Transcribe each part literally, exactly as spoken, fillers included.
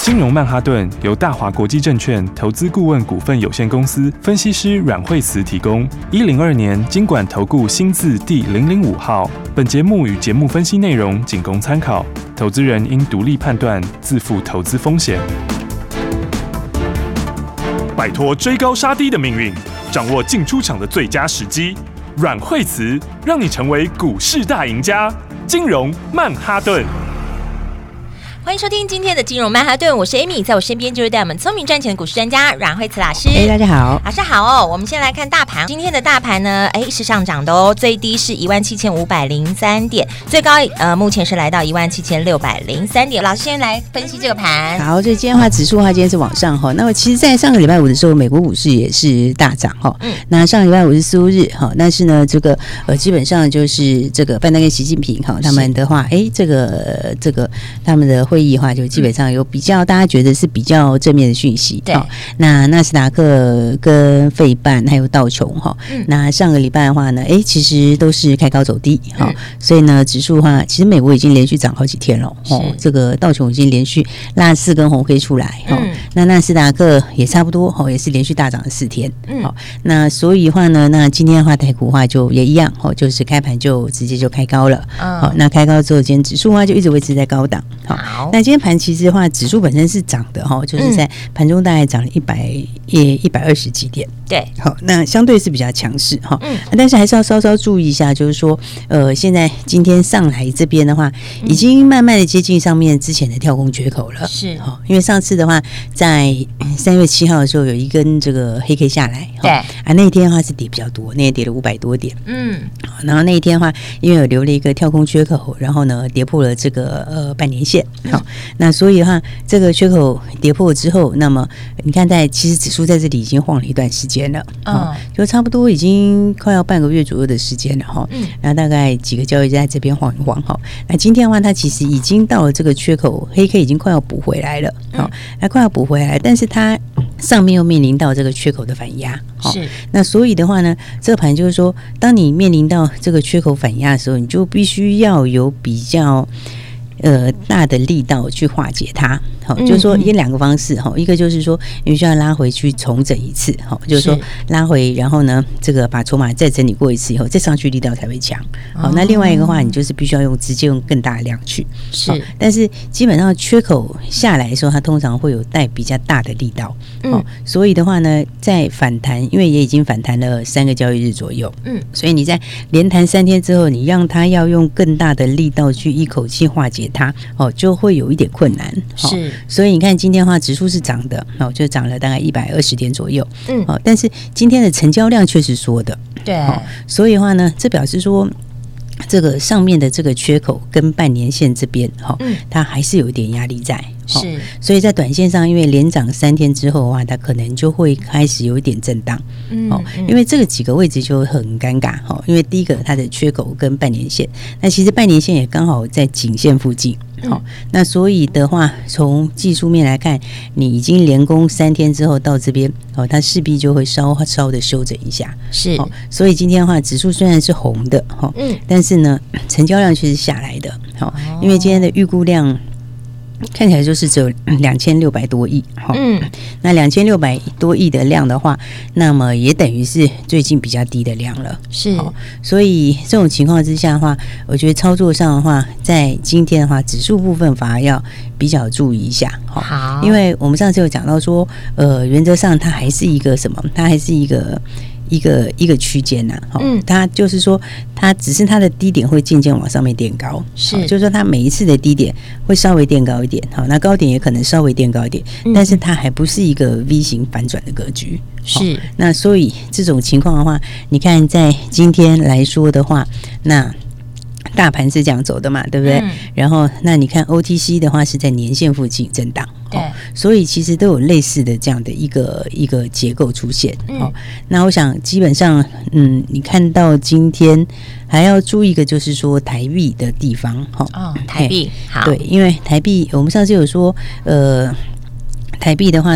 金融曼哈顿由大华国际证券投资顾问股份有限公司分析师阮惠慈提供。一零二年金管投顾新字第零零五号。本节目与节目分析内容仅供参考，投资人应独立判断，自负投资风险。摆脱追高杀低的命运，掌握进出场的最佳时机。阮惠慈让你成为股市大赢家。金融曼哈顿。 欢迎收听今天的金融曼哈顿，我是 Amy， 在我身边就是带我们聪明赚钱的股市专家阮惠慈老师。 哎、欸，大家好， 老师好哦。我们先来看大盘，今天的大盘呢，哎是上涨的哦，最低是一万七千五百零三点，最高呃目前是来到一万七千六百零三点。老师先来分析这个盘。 好，所以今天的话，指数的话今天是往上哈。那么其实，在上个礼拜五的时候，美国股市也是大涨哈。嗯。那上个礼拜五是四日哈，但是呢，这个呃基本上就是这个拜登跟习近平哈他们的话，哎这个、呃、这个他们的会议的话就基本上。上有比较，大家觉得是比较正面的讯息。 对， 哦、那纳斯达克跟费半还有道琼哈、嗯，那上个礼拜的话呢，哎，其实都是开高走低哈、嗯哦，所以呢，指数的话，其实美国已经连续涨好几天了哦，这个道琼已经连续拉四根红 K 出来哈、哦嗯，那纳斯达克也差不多哈、哦，也是连续大涨了四天。嗯，好、哦，那所以的话呢，那今天的话，台股的话就也一样哦，就是开盘就直接就开高了。嗯，好、哦，那开高之后，今天指数的话就一直维持在高档。好，那今天盘其实。的话，指数本身是涨的哈，就是在盘中大概涨了一百一一百二十几点， 对， 好，那相对是比较强势哈，嗯，但是还是要稍稍注意一下，就是说，呃，现在今天上来这边的话，已经慢慢的接近上面之前的跳空缺口了，是哈，因为上次的话，在三月七号的时候有一根这个黑 K 下来， 对， 啊，那一天的话是跌比较多，那天跌了五百多点，嗯，然后那一天的话，因为有留了一个跳空缺口，然后呢，跌破了这个呃半年线，好，那所以的话，这个缺口跌破之后，那么你看在其实指数在这里已经晃了一段时间了，嗯，就差不多已经快要半个月左右的时间了哈，嗯，然后大概几个交易日在这边晃一晃哈，那今天的话，它其实已经到了这个缺口，黑 K 已经快要补回来了，好，那快要补回来，但是它上面又面临到这个缺口的反压，是，那所以的话呢，这个盘就是说，当你面临到这个缺口反压的时候，你就必须要有比较。呃，大的力道去化解它，好，就是说有两个方式哈，一个就是说你需要拉回去重整一次，好，就是说拉回，然后呢，这个把筹码再整理过一次以后，再上去力道才会强，好，那另外一个话，你就是必须要用直接用更大的量去，是，但是基本上缺口下来的时候，它通常会有带比较大的力道，嗯，所以的话呢，在反弹，因为也已经反弹了三个交易日左右，嗯，所以你在连弹三天之后，你让它要用更大的力道去一口气化解它哦，就会有一点困难，是、哦，所以你看今天的话，指数是涨的，哦，就涨了大概一百二十点左右，嗯，哦，但是今天的成交量却是缩的，对、哦，所以的话呢，这表示说。这个上面的这个缺口跟半年线这边，哈、嗯，它还是有一点压力在，是，所以在短线上，因为连涨三天之后的话，它可能就会开始有一点震荡，嗯，哦，因为这个几个位置就很尴尬，哈，因为第一个它的缺口跟半年线，那其实半年线也刚好在颈线附近。好、嗯，那所以的话，从技术面来看，你已经连攻三天之后到这边，哦，它势必就会稍稍的修整一下，是、哦。所以今天的话，指数虽然是红的，哈、哦，嗯，但是呢，成交量却是下来的，好、哦，因为今天的预估量。看起来就是只有两千六百多亿，嗯，那两千六百多亿的量的话，那么也等于是最近比较低的量了，是，所以这种情况之下的话，我觉得操作上的话，在今天的话，指数部分反而要比较注意一下，好，因为我们上次有讲到说，呃，原则上它还是一个什么，它还是一个。一个一个区间呐，嗯，它就是说，它只是它的低点会渐渐往上面垫高，是，就是说它每一次的低点会稍微垫高一点，好，那高点也可能稍微垫高一点，嗯、但是它还不是一个 V 型反转的格局，是。那所以这种情况的话，你看在今天来说的话，那。大盘是这样走的嘛，对不对？嗯、然后那你看 O T C 的话是在年线附近震荡，对、哦，所以其实都有类似的这样的一个一个结构出现。嗯、哦，那我想基本上，嗯，你看到今天还要注意一个，就是说台币的地方，哈、哦， 哦，台币好， 对，因为台币我们上次有说，呃。台币的话呢，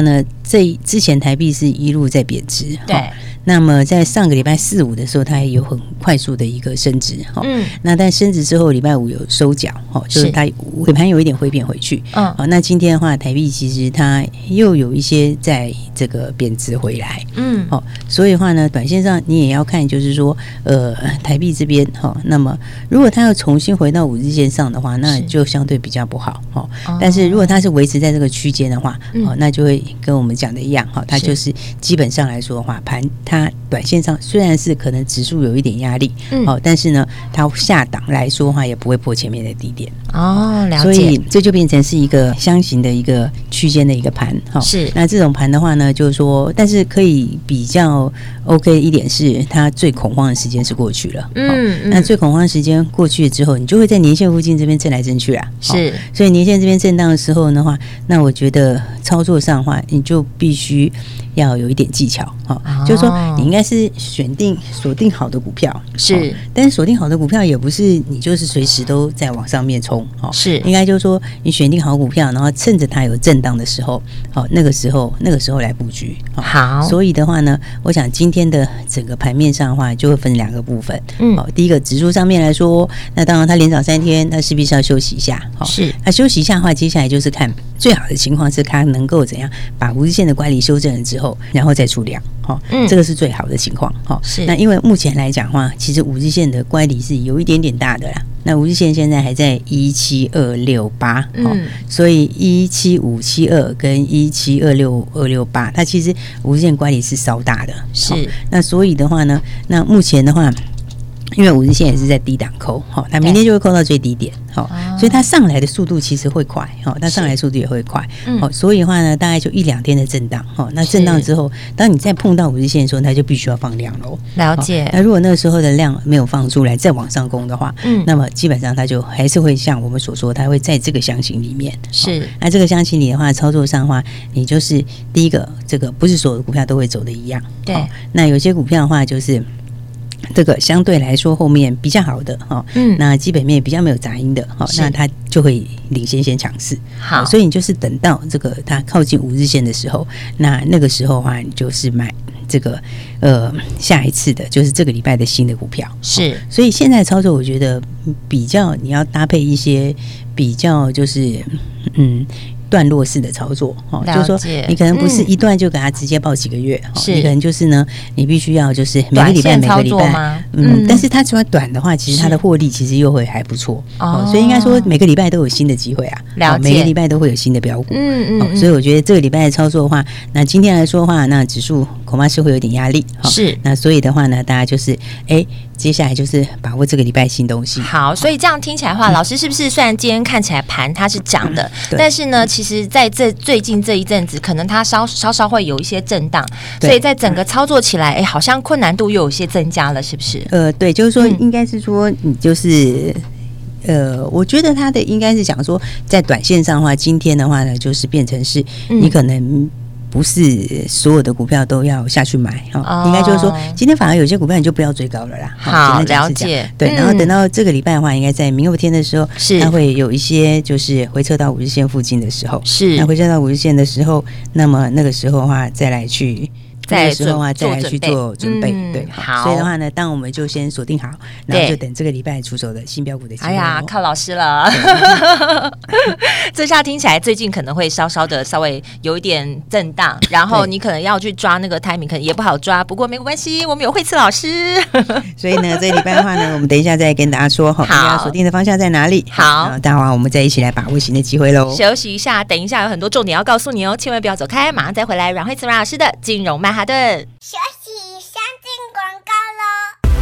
这之前台币是一路在贬值， 对。 那么在上个礼拜四五的时候，它也有很快速的一个升值，嗯，那但升值之后，礼拜五有收脚，就是它尾盘有一点回贬回去，嗯，好，那今天的话，台币其实它又有一些在这个贬值回来，嗯，好，所以的话呢，短线上你也要看，就是说，呃，台币这边，哈，那么如果它要重新回到五日线上的话，那就相对比较不好，哈，但是如果它是维持在这个区间的话，哦，那就会跟我们讲的一样，哈，它就是基本上来说的话，盘它短线上虽然是可能指数有一点压力，嗯，哦，但是呢，它下档来说的话，也不会破前面的低点哦，了解。 所以这就变成是一个箱型的一个区间的一个盘，哈，哦，是。那这种盘的话呢，就是说，但是可以比较 OK 一点是，它最恐慌的时间是过去了，嗯，哦，嗯，那最恐慌的时间过去了之后，你就会在年线附近这边震来震去啊，是。哦，所以年线这边震荡的时候的话，那我觉得操作上的话，你就必须要有一点技巧，哦，就是说你应该是选定锁定好的股票，是，哦，但是锁定好的股票也不是你就是随时都在往上面冲，哦，是，应该就是说你选定好股票，然后趁着它有震荡的时候，哦，那个时候那个时候来布局，哦，好。所以的话呢，我想今天的整个盘面上的话，就会分两个部分，嗯，哦，第一个指数上面来说，那当然它连涨三天，它势必是要休息一下，哦，是，那休息一下的话，接下来就是看最好的情况是它能够怎样把五日线的乖离修正了之后，然后再出量，哦，嗯，这个是最好的情况，哦，是。那因为目前来讲的话，其实五日线的乖离是有一点点大的啦。那五日线现在还在一七二六八，嗯，所以一七五七二跟一七二六二六八，它其实五日线乖离是稍大的，是。哦，那所以的话呢，那目前的话，因为五日线也是在低档扣，好，它明天就会扣到最低点，好，所以它上来的速度其实会快，好，它上来的速度也会快，好，所以的话呢，大概就一两天的震荡，好，那震荡之后，当你再碰到五日线的时候，它就必须要放量喽， 了解。 那如果那个时候的量没有放出来，再往上攻的话，嗯，那么基本上它就还是会像我们所说，它会在这个箱型里面，是。那这个箱型里的话，操作上的话，你就是第一个，这个不是所有的股票都会走的一样，对。那有些股票的话，就是这个相对来说后面比较好的哈，嗯，那基本面比较没有杂音的哈，那它就会领先先强势。好，所以你就是等到这个它靠近五日线的时候，那那个时候的话，你就是买这个呃下一次的，就是这个礼拜的新的股票。是，所以现在操作我觉得比较你要搭配一些比较就是嗯。段落式的操作，哦，就是说你可能不是一段就给它直接报几个月，嗯，你可能就是呢，你必须要就是每个礼拜每个礼拜，嗯，但是它只要短的话，其实它的获利其实又会还不错，哦，所以应该说每个礼拜都有新的机会啊，了解，每个礼拜都会有新的标股，嗯嗯，所以我觉得这个礼拜的操作的话，那今天来说的话，那指数恐怕是会有点压力，是，那所以的话呢，大家就是哎。接下来就是把握这个礼拜新东西。 好，所以这样听起来的话，嗯，老师是不是虽然今天看起来盘它是涨的，嗯，但是呢，其实在这最近这一阵子，可能它稍稍稍会有一些震荡，所以在整个操作起来，哎，好像困难度又有些增加了，是不是？ 呃，对，就是说，应该是说，你就是。呃，我觉得他的应该是讲说，在短线上的话，今天的话呢，就是变成是你可能不是所有的股票都要下去买哈，哦，应该就是说，今天反而有些股票你就不要追高了啦。 好，了解。 对，然后等到这个礼拜的话，应该在明后天的时候，是它会有一些就是回撤到五日线附近的时候，是那回撤到五日线的时候，那么那个时候的话，再来去。那个时候啊，再来去做准备，嗯，对，好。所以的话呢，当我们就先锁定好，然后就等这个礼拜出手的新标股的机会。 哎呀，靠老师了。这下听起来最近可能会稍稍的稍微有一点震荡，然后你可能要去抓那个 timing， 可能也不好抓。不过没关系，我们有慧慈老师。 所以呢，这个礼拜的话呢，我们等一下再跟大家说哈，大家锁定的方向在哪里。好，然后待会儿我们再一起来把握新的机会喽。 休息一下，等一下有很多重点要告诉你哦，千万不要走开，马上再回来。阮慧慈阮老师的金融曼哈顿。 休息，先进广告喽。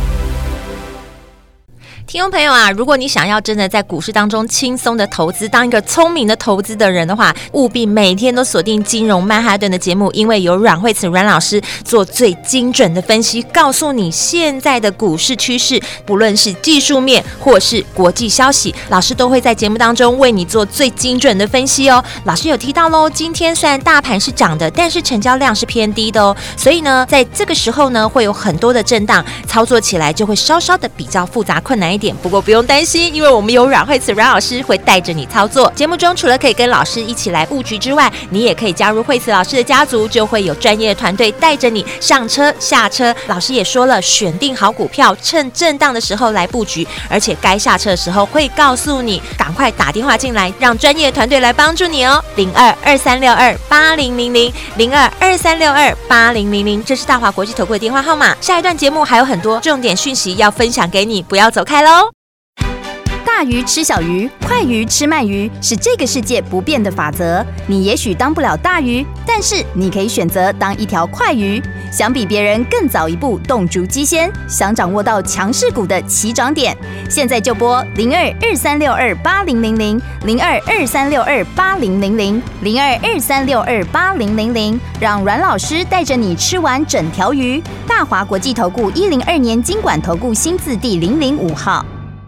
听众朋友啊，如果你想要真的在股市当中轻松的投资，当一个聪明的投资的人的话，务必每天都锁定金融曼哈顿的节目，因为有阮慧慈阮老师做最精准的分析，告诉你现在的股市趋势，不论是技术面或是国际消息，老师都会在节目当中为你做最精准的分析哦。老师有提到喽，今天虽然大盘是涨的，但是成交量是偏低的哦，所以呢，在这个时候呢，会有很多的震荡，操作起来就会稍稍的比较复杂困难一点。 点。不过不用担心，因为我们有阮慧慈阮老师会带着你操作。节目中除了可以跟老师一起来布局之外，你也可以加入慧慈老师的家族，就会有专业的团队带着你上车下车。老师也说了，选定好股票，趁震荡的时候来布局，而且该下车的时候会告诉你，赶快打电话进来，让专业的团队来帮助你哦。零二二三六二八零零零零二二三六二八零零零，这是大华国际投顾的电话号码。下一段节目还有很多重点讯息要分享给你，不要走开喽。 大鱼吃小鱼，快鱼吃慢鱼，是这个世界不变的法则。你也许当不了大鱼，但是你可以选择当一条快鱼。想比别人更早一步动足机先，想掌握到强势股的起涨点，现在就拨零二二三六二八零零零零二二三六二八零零零零二二三六二八零零零，让阮老师带着你吃完整条鱼。大华国际投顾一零二年金管投顾新字第零零五号。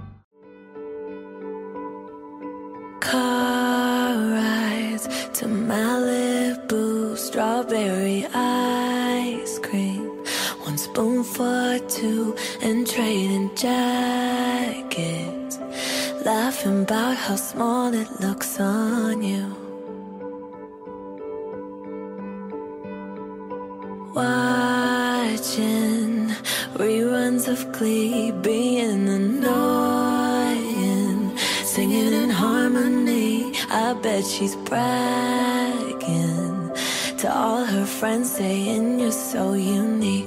Car rides to Malibu, strawberry ice cream, one spoon for two, and trading jackets, laughing about how small it looks on you. Watching reruns of Glee, being annoying, singing in harmony. I bet she's bragging to all her friends, saying you're so unique.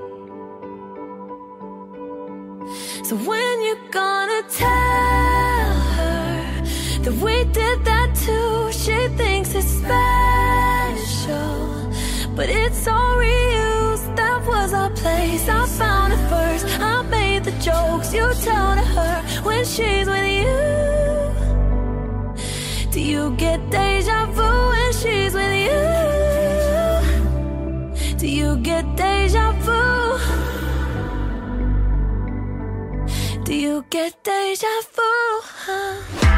So when you gonna tell her that we did that too? She thinks it's special, but it's all reused. That was our place, I found it first. I made the jokes you tell to her when she's with you. Do you get deja vu when she's with you? Do you get deja vu? Do you get deja vu? Huh?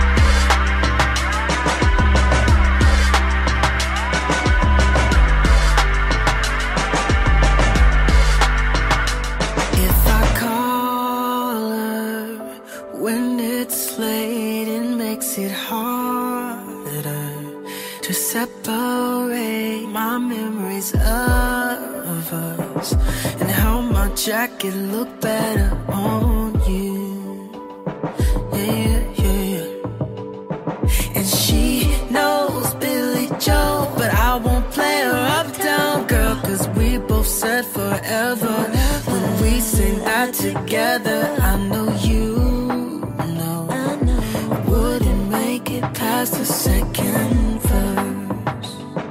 It harder to separate my memories of us, and how my jacket looked better on you. Yeah, yeah, yeah. And she knows Billy Joe, but I won't play her uptown girl, cause we both said forever when we sing that together. I know you past the second verse.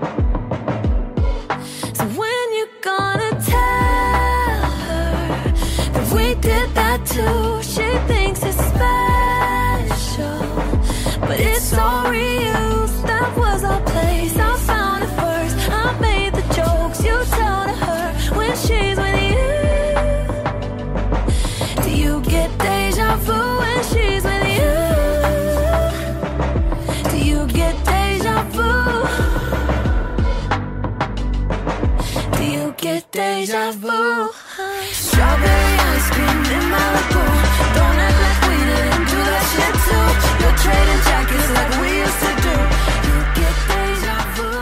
So when you gonna tell her that we did that too? She thinks it's special, but it's all reused. That was our place, I found it first. I made the jokes you tell to her when she's with you. Do you get deja vu when she's with you? Get deja vu? Do you get deja vu? Strawberry ice cream in Malibu. Don't act like we didn't do that shit too. You're trading jackets like we used to do. You get deja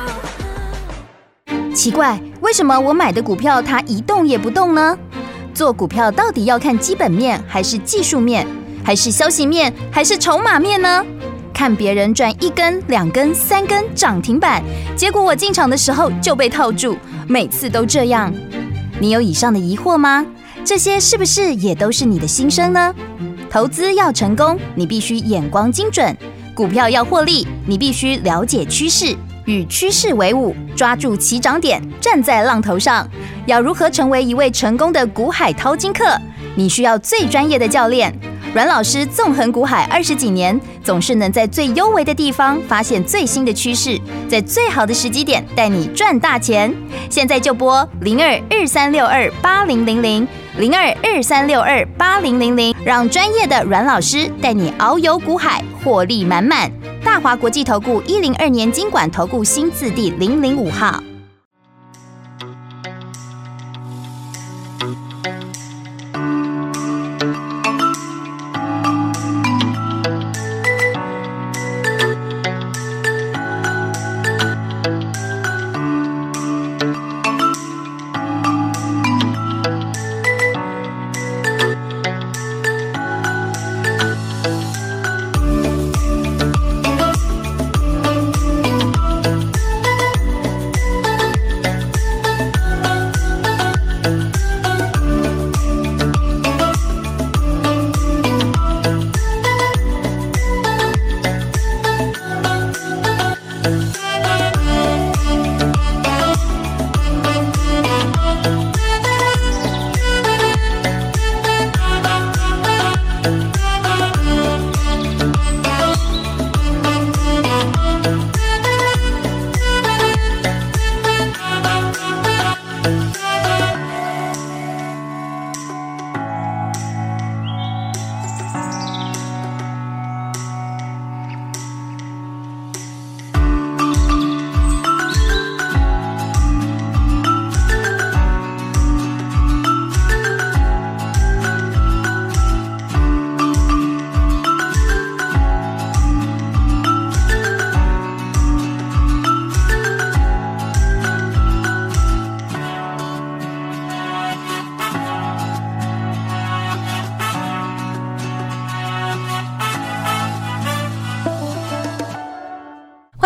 vu. 奇怪，为什么我买的股票它一动也不动呢？做股票到底要看基本面，还是技术面，还是消息面，还是筹码面呢？看别人赚一根、两根、三根涨停板，结果我进场的时候就被套住，每次都这样。你有以上的疑惑吗？这些是不是也都是你的心声呢？投资要成功，你必须眼光精准；股票要获利，你必须了解趋势，与趋势为伍，抓住起涨点，站在浪头上。要如何成为一位成功的股海淘金客？你需要最专业的教练。阮老师纵横股海二十几年，总是能在最优微的地方发现最新的趋势，在最好的时机点带你赚大钱。现在就拨零二二三六二八零零零零二二三六二八零零零，让专业的阮老师带你遨游股海，获利满满。大华国际投顾一零二年金管投顾新字第零零五号。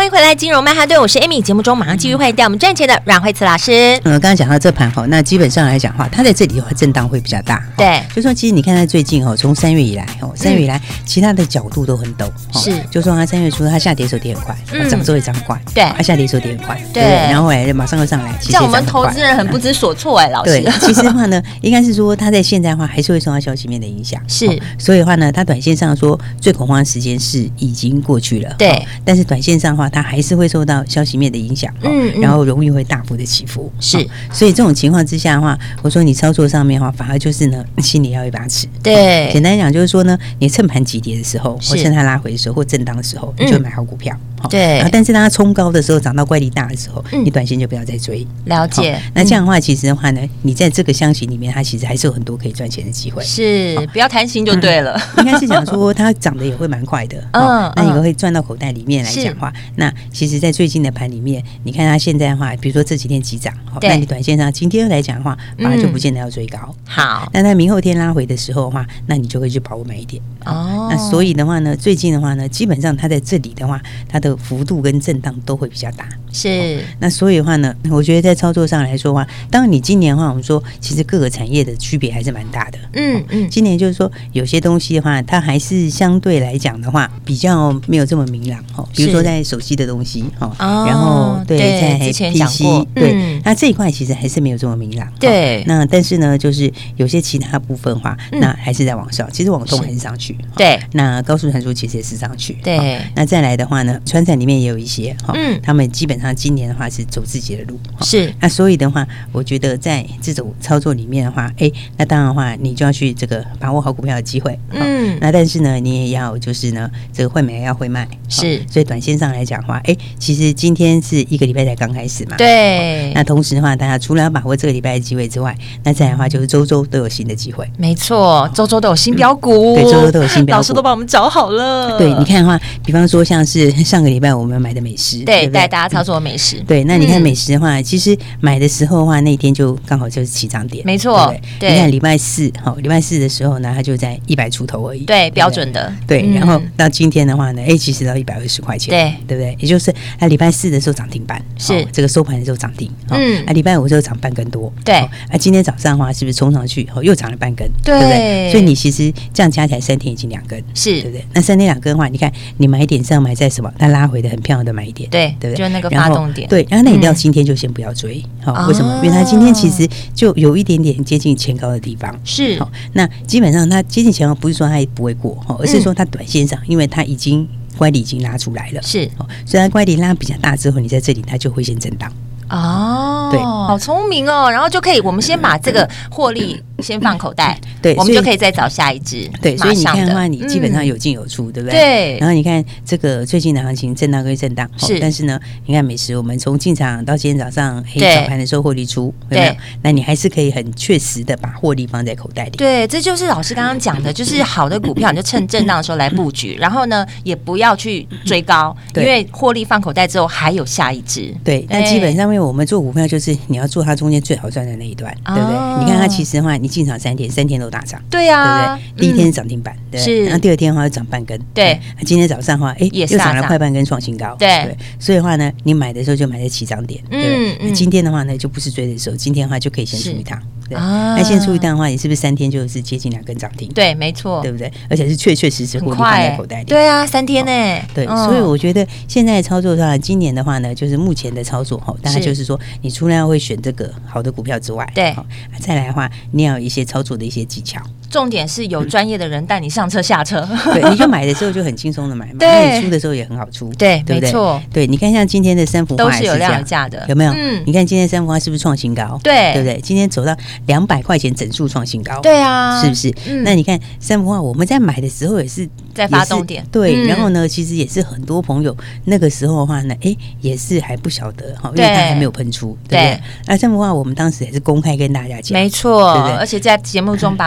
迎回来，金融曼哈顿，我是 Amy。节目中马上继续欢迎带我们赚钱的阮慧慈老师。 嗯，刚刚讲到这盘哈，那基本上来讲的话，它在这里的话震荡会比较大。 对， 就说其实你看它最近哦，从三月以来哦，三月以来、嗯、其他的角度都很陡， 是， 就说它三月初它下跌的时候跌很快，嗯、涨之后也涨很快， 对， 它下跌的时候跌很快， 对， 对然后后来马上又上来，其实像我们投资人很不知所措哎，老师。 对，其实的话呢，应该是说它在现在的话还是会受到消息面的影响， 是， 哦、所以的话呢，它短线上说最恐慌的时间是已经过去了， 对， 哦、但是短线上的话，它还是会受到消息面的影响，嗯，然后容易会大幅的起伏， 是、 哦，所以这种情况之下的话，我说你操作上面的话，反而就是呢，心里要一把尺， 对， 简单讲就是说呢，你趁盘急跌的时候，或趁它拉回的时候，或震荡的时候，你就买好股票， 嗯、对， 但是当它冲高的时候，涨到乖离大的时候，嗯、你短线就不要再追， 了解。 那这样的话，其实的话呢，你在这个箱型里面，它其实还是有很多可以赚钱的机会， 是，不要贪心就对了。 嗯、应该是讲说它涨得也会蛮快的，嗯，那你会赚到口袋里面来讲话，那其实，在最近的盘里面，你看它现在的话，比如说这几天急涨，那你短线上今天来讲的话，反而就不见得要追高。 嗯、好， 那它明后天拉回的时候的话，那你就会去把握买一点。哦，那所以的话呢，最近的话呢，基本上它在这里的话，它的幅度跟震荡都会比较大。 是、 哦，那所以的话呢，我觉得在操作上来说的话，当然你今年的话，我们说其实各个产业的区别还是蛮大的。嗯嗯，今年就是说有些东西的话，它还是相对来讲的话，比较没有这么明朗哈。比如说在手机的东西哈，哦、然后对，在 P C 对、嗯，那这一块其实还是没有这么明朗。 对， 那但是呢，就是有些其他部分的话，嗯、那还是在往上。其实网通还是上去。 对， 那高速传输其实也是上去。 对， 那再来的话呢，传产里面也有一些哈，嗯，他们基本上今年的话是走自己的路。 是， 那所以的话，我觉得在这种操作里面的话，哎，那当然的话，你就要去这个把握好股票的机会。嗯，那但是呢，你也要就是呢，这个会买要会卖。 是， 所以短线上来讲的话，哎，其实今天是一个礼拜才刚开始嘛。 对。 那同时的话，大家除了要把握这个礼拜的机会之外，那再来的话就是周周都有新的机会。 没错，周周都有新标股， 对，周周都有新标股， 老师都帮我们找好了。 对，你看的话，比方说像是上个礼拜我们买的美食， 对，带大家操作美食。 对，那你看美食的话，其实买的时候的话，那天就刚好就是起涨点， 没错。 对，你看礼拜四，好，礼拜四的时候呢，它就在一百出头而已， 对，标准的。 对，然后到今天的话呢，哎，其实到一百二十块钱，对，对不对？也就是它礼拜四的时候涨停板，是这个收盘的时候涨停，嗯，啊，礼拜五的时候涨半根多，对，啊，今天早上的话是不是冲上去，哦，又涨了半根，对不对？所以你其实这样加起来三天已经两根，是，对不对？那三天两根的话，你看你买点是要买在什么？它拉回的很漂亮的买点，对，对不对？ 就那个发动点， 对，然后那你到今天就先不要追，好，为什么？因为它今天其实就有一点点接近前高的地方，是，好，那基本上它接近前高，不是说它不会过，而是说它短线上，因为它已经乖离已经拉出来了，是，虽然乖离拉比较大之后，你在这里它就会先震荡。 哦，对，好聪明哦，然后就可以，我们先把这个获利先放口袋，对，我们就可以再找下一支， 对，所以你看的话，你基本上有进有出，对不对？对。然后你看这个最近的行情震荡归震荡，是，但是呢，你看美食，我们从进场到今天早上黑早盘的时候获利出，对，那你还是可以很确实的把获利放在口袋里。 对，这就是老师刚刚讲的，就是好的股票你就趁震荡的时候来布局，然后呢，也不要去追高，因为获利放口袋之后还有下一支。 对，那基本上因为我们做股票就是你要做它中间最好赚的那一段，对不对？你看它其实的话，你进场三天，三天都大涨， 对呀， 对不对？第一天是涨停板，对，是，然后第二天的话又涨半根，对，今天早上的话，哎，又涨了快半根创新高，对，所以的话呢，你买的时候就买在起涨点，对，那今天的话呢就不是追的时候，今天的话就可以先出一趟。对，那先出一趟的话，你是不是三天就是接近两根涨停？ 对，没错， 对不对？而且是确确实实获利放在口袋里。 对啊，三天呢。 对，所以我觉得现在操作的话，今年的话呢，就是目前的操作哈，大概就是说，你除了要会选这个好的股票之外，对，再来的话，你要有一些操作的一些技巧。 重点是有专业的人带你上车下车， 对，你就买的时候就很轻松的买嘛，那你出的时候也很好出， 对，没错， 对，你看像今天的三幅画都是有量有价的， 有没有？嗯，你看今天三幅画是不是创新高？对，对不对？今天走到两百块钱整数创新高， 对啊， 是不是？那你看三幅画，我们在买的时候也是在发动点， 对，然后呢，其实也是很多朋友那个时候的话呢，哎，也是还不晓得哈，因为它还没有喷出，对不对？那三幅画我们当时也是公开跟大家讲， 没错，对不对？而且在节目中把股民股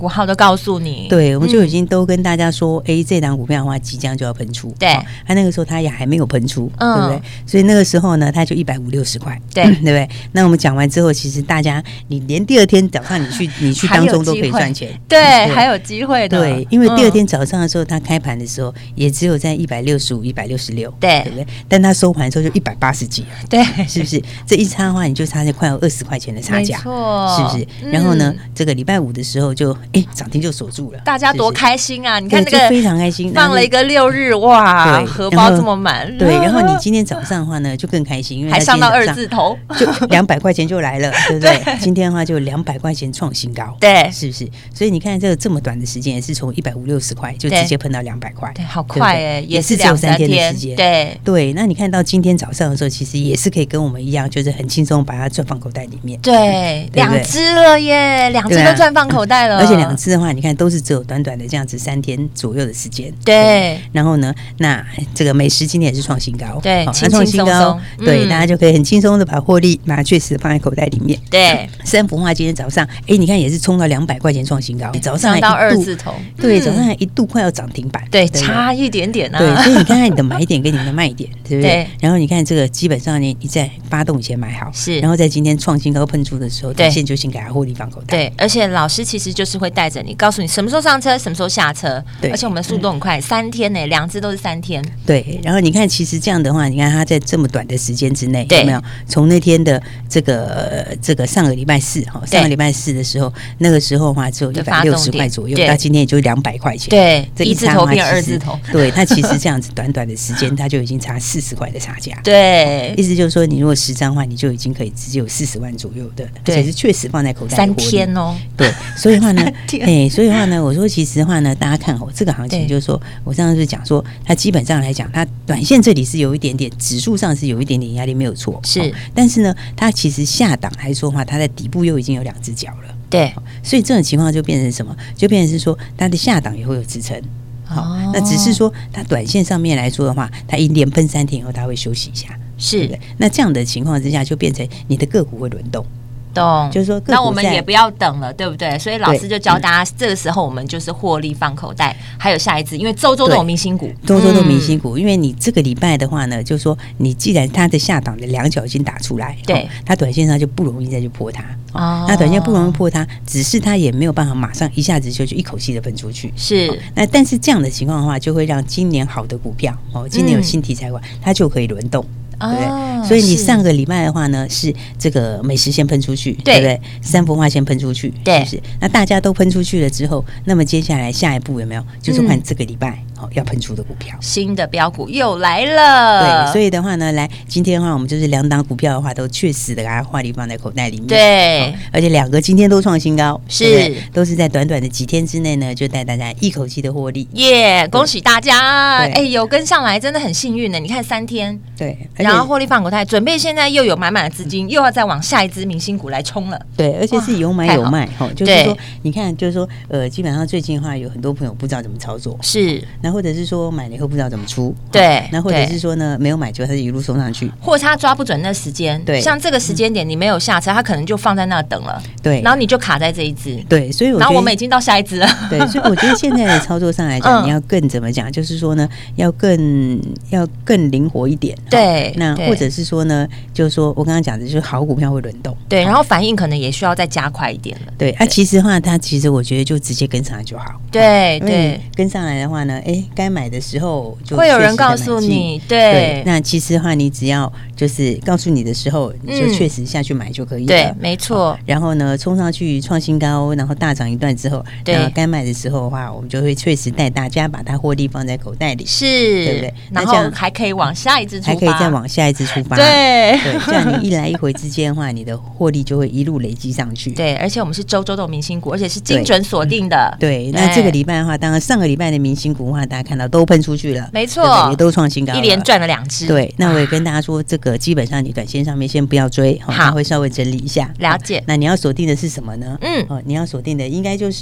股号都告诉你， 对，我们就已经都跟大家说，哎、嗯，这档股票的话即将就要喷出， 对， 他、哦、那个时候他也还没有喷出， 嗯、 对不对？所以那个时候呢，他就一百五六十块， 对， 对不对？那我们讲完之后，其实大家你连第二天早上你去你去当中都可以赚钱， 对，对，还有机会的， 对，因为第二天早上的时候，他开盘的时候也只有在一百六十五、一百六十六，对，对不对？但他收盘的时候就一百八十几， 对， 是不是？这一差的话，你就差在快要二十块钱的差价， 没错， 是不是？嗯、然后呢，这个礼拜五的时候就哎涨停就锁住了， 大家多开心啊！你看那个非常开心， 放了一个六日，哇，荷包这么满。 对，然后你今天早上的话呢，就更开心，因为还上到二字头， 就两百块钱就来了，对不对？今天的话就两百块钱创新高， 对， 是不是？所以你看这个这么短的时间，也是从一百五六十块就直接喷到两百块， 对，好快哎， 也是只有三天的时间， 对对。那你看到今天早上的时候，其实也是可以跟我们一样，就是很轻松把它赚放口袋里面， 对，两只了耶，两只都赚放口袋了， 而且两只的话，你看都是只有短短的这样子三天左右的时间， 对。 然后呢，那这个美食今天也是创新高， 对， 它创新高，对，大家就可以很轻松的把获利拿确实放在口袋里面， 对。 三幅画今天早上，哎，你看也是冲到两百块钱创新高，早上到二字头， 对，早上还一度快要涨停板， 对，差一点点啊， 对，所以你看看你的买点跟你的卖点，对不对？ 对。 然后你看这个基本上你你在发动以前买好， 是， 然后在今天创新高喷出的时候，短线就先给它获利放口袋， 对，而且老师其实就是会带着你，告诉你什么时候上车，什么时候下车，对，而且我们速度很快，三天呢，两只都是三天， 对。然后你看，其实这样的话，你看它在这么短的时间之内，有没有从那天的这个这个上个礼拜四哈，上个礼拜四的时候，那个时候的话只有一百六十块左右，到今天也就两百块钱， 对，这一字头变二字头， 对，它其实这样子短短的时间，它就已经差四十块的差价， 对， 意思就是说，你如果十张的话，你就已经可以直接有四十万左右的，而且是确实放在口袋， 三天哦， 对，所以的话呢，哎，所以的话呢，我说其实的话呢，大家看哦，这个行情就是说，我上次讲说，它基本上来讲，它短线这里是有一点点，指数上是有一点点压力，没有错， 是、哦， 但是呢，它其实下档来说的话，它在底部又已经有两只脚了， 对， 所以这种情况就变成什么？就变成是说，它的下档也会有支撑。好、哦，那只是说它短线上面来说的话，它一连喷三天以后，它会休息一下， 是对不对？那这样的情况之下，就变成你的个股会轮动。 懂， 就是说， 那我们也不要等了，对不对？所以老师就教大家，这个时候我们就是获利放口袋。还有下一支，因为周周都有明星股， 周周都有明星股。因为你这个礼拜的话呢，就是说，你既然它的下档的两脚已经打出来， 对， 它短线上就不容易再去破它。哦，那短线不容易破它，只是它也没有办法马上一下子就就一口气的分出去。 是， 那但是这样的情况的话，就会让今年好的股票哦，今年有新题材股，它就可以轮动。对不对？哦、所以你上个礼拜的话呢，是这个美食先喷出去， 对, 对不对？三幅画先喷出去， 对， 是不是？那大家都喷出去了之后，那么接下来下一步有没有？就是看这个礼拜、嗯、哦要喷出的股票， 新的标股又来了。 对，所以的话呢，来今天的话，我们就是两档股票的话，都确实的把它获利放在口袋里面， 对、 哦，而且两个今天都创新高， 是对对都是在短短的几天之内呢，就带大家一口气的获利， 耶、yeah, ！恭喜大家！哎，有跟上来真的很幸运呢。你看三天， 对， 然后获利放口袋。准备现在又有满满的资金，又要再往下一支明星股来冲了。 对，而且是有买有卖哈，就是说，你看，就是说，呃，基本上最近的话，有很多朋友不知道怎么操作， 是， 那或者是说买了以后不知道怎么出， 对， 那或者是说呢，没有买就它是一路送上去， 或者他抓不准那时间，对，像这个时间点你没有下车，他可能就放在那等了，对，然后你就卡在这一支， 对，所以我然后我们已经到下一支了， 对，所以我觉得现在的操作上来讲，你要更怎么讲，就是说呢，要更要更灵活一点， 对， 那或者是说呢，就是说我刚刚讲的就是好股票会轮动， 对，然后反应可能也需要再加快一点了。 对，啊，其实的话，它其实我觉得就直接跟上来就好。 对对， 跟上来的话呢，哎，该买的时候就会有人告诉你，对对。 那其实的话，你只要就是告诉你的时候，你就确实下去买就可以了。 对，没错。 然后呢，冲上去创新高，然后大涨一段之后，然后该卖的时候的话，我们就会确实带大家把它获利放在口袋里， 是， 对不对？ 然后还可以往下一支出发， 还可以再往下一支出发。 对对，这样你一来一回之间的话，你的获利就会一路累积上去。 对，而且我们是周周都有明星股，而且是精准锁定的。 对，那这个礼拜的话，当然上个礼拜的明星股的话，大家看到都喷出去了， 没错， 也都创新高， 一连赚了两只。 对，那我也跟大家说，这个基本上你短线上面先不要追，好，会稍微整理一下。 了解。 那你要锁定的是什么呢？ 嗯， 哦，你要锁定的应该就是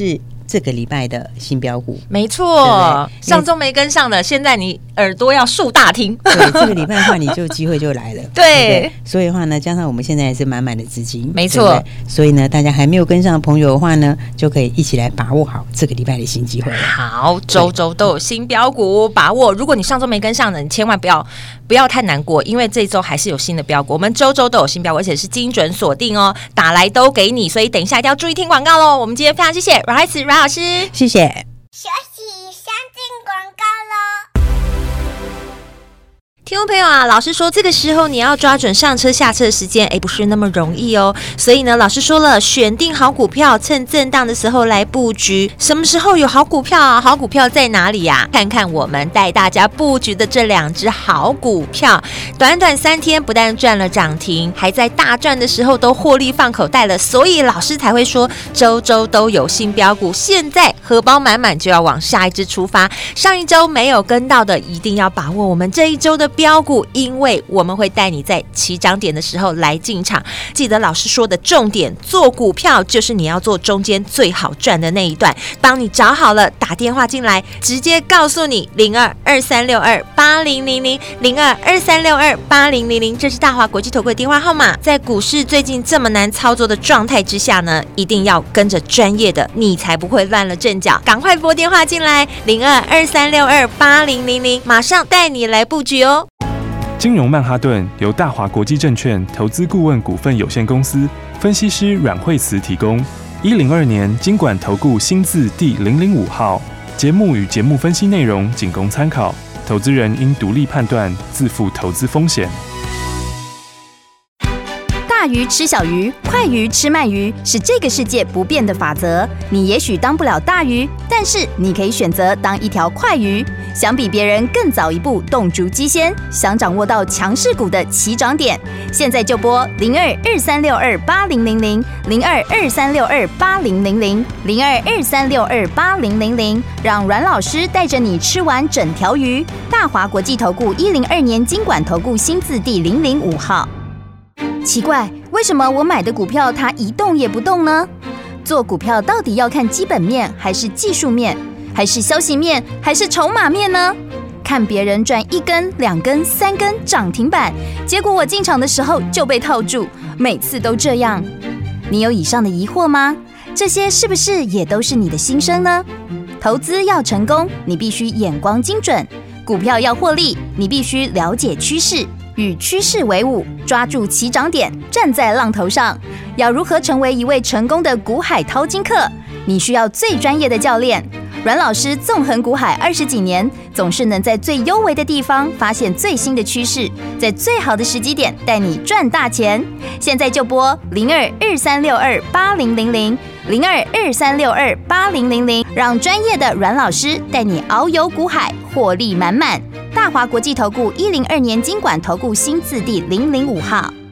这个礼拜的新标股。 没错，上周没跟上的，现在你耳朵要竖大听。 对，这个礼拜的话，你就机会就来了。对, 对，所以的话呢，加上我们现在也是满满的资金， 没错。 所以呢，大家还没有跟上的朋友的话呢，就可以一起来把握好这个礼拜的新机会了。 好，周周都有新标股，把握。如果你上周没跟上的，你千万不要不要太难过，因为这周还是有新的标股，我们周周都有新标股，而且是精准锁定哦，打来都给你。所以等一下一定要注意听广告喽。我们今天非常谢谢阮海慈阮老师， 谢谢。 学习先进广告喽。 听众朋友啊，老师说这个时候你要抓准上车下车的时间，哎，不是那么容易哦。所以呢，老师说了，选定好股票，趁震荡的时候来布局。什么时候有好股票啊？好股票在哪里呀、啊？看看我们带大家布局的这两只好股票，短短三天不但赚了涨停，还在大赚的时候都获利放口袋了。所以老师才会说，周周都有新标股。现在荷包满满就要往下一支出发。上一周没有跟到的，一定要把握我们这一周的标股，因为我们会带你在起涨点的时候来进场。记得老师说的重点，做股票就是你要做中间最好赚的那一段。帮你找好了，打电话进来，直接告诉你零二二三六二八零零零零二二三六二八零零零，这是大华国际投顾的电话号码。在股市最近这么难操作的状态之下呢，一定要跟着专业的，你才不会乱了阵脚。赶快拨电话进来，零二二三六二八零零零，马上带你来布局哦。 金融曼哈顿由大华国际证券投资顾问股份有限公司分析师阮慧慈提供。一零二年金管投顾新字第零零五号。节目与节目分析内容仅供参考，投资人应独立判断，自负投资风险。 大鱼吃小鱼，快鱼吃慢鱼，是这个世界不变的法则。你也许当不了大鱼，但是你可以选择当一条快鱼。想比别人更早一步动足机先，想掌握到强势股的起涨点，现在就拨零二二三六二八零零零零二二三六二八零零零零二二三六二八零零零，让阮老师带着你吃完整条鱼。大华国际投顾一零二年金管投顾新字第零零五号。奇怪，为什么我买的股票它一动也不动呢？做股票到底要看基本面，还是技术面，还是消息面，还是筹码面呢？看别人赚一根、两根、三根涨停板，结果我进场的时候就被套住，每次都这样。你有以上的疑惑吗？这些是不是也都是你的心声呢？投资要成功，你必须眼光精准；股票要获利，你必须了解趋势。与趋势为伍，抓住起涨点，站在浪头上。要如何成为一位成功的股海淘金客？你需要最专业的教练。阮老师纵横股海二十几年，总是能在最优微的地方发现最新的趋势，在最好的时机点带你赚大钱。现在就拨零二二三六二八零零零零二二三六二八零零零，让专业的阮老师带你遨游股海，获利满满。大华国际投顾一零二年金管投顾新字第零零五号。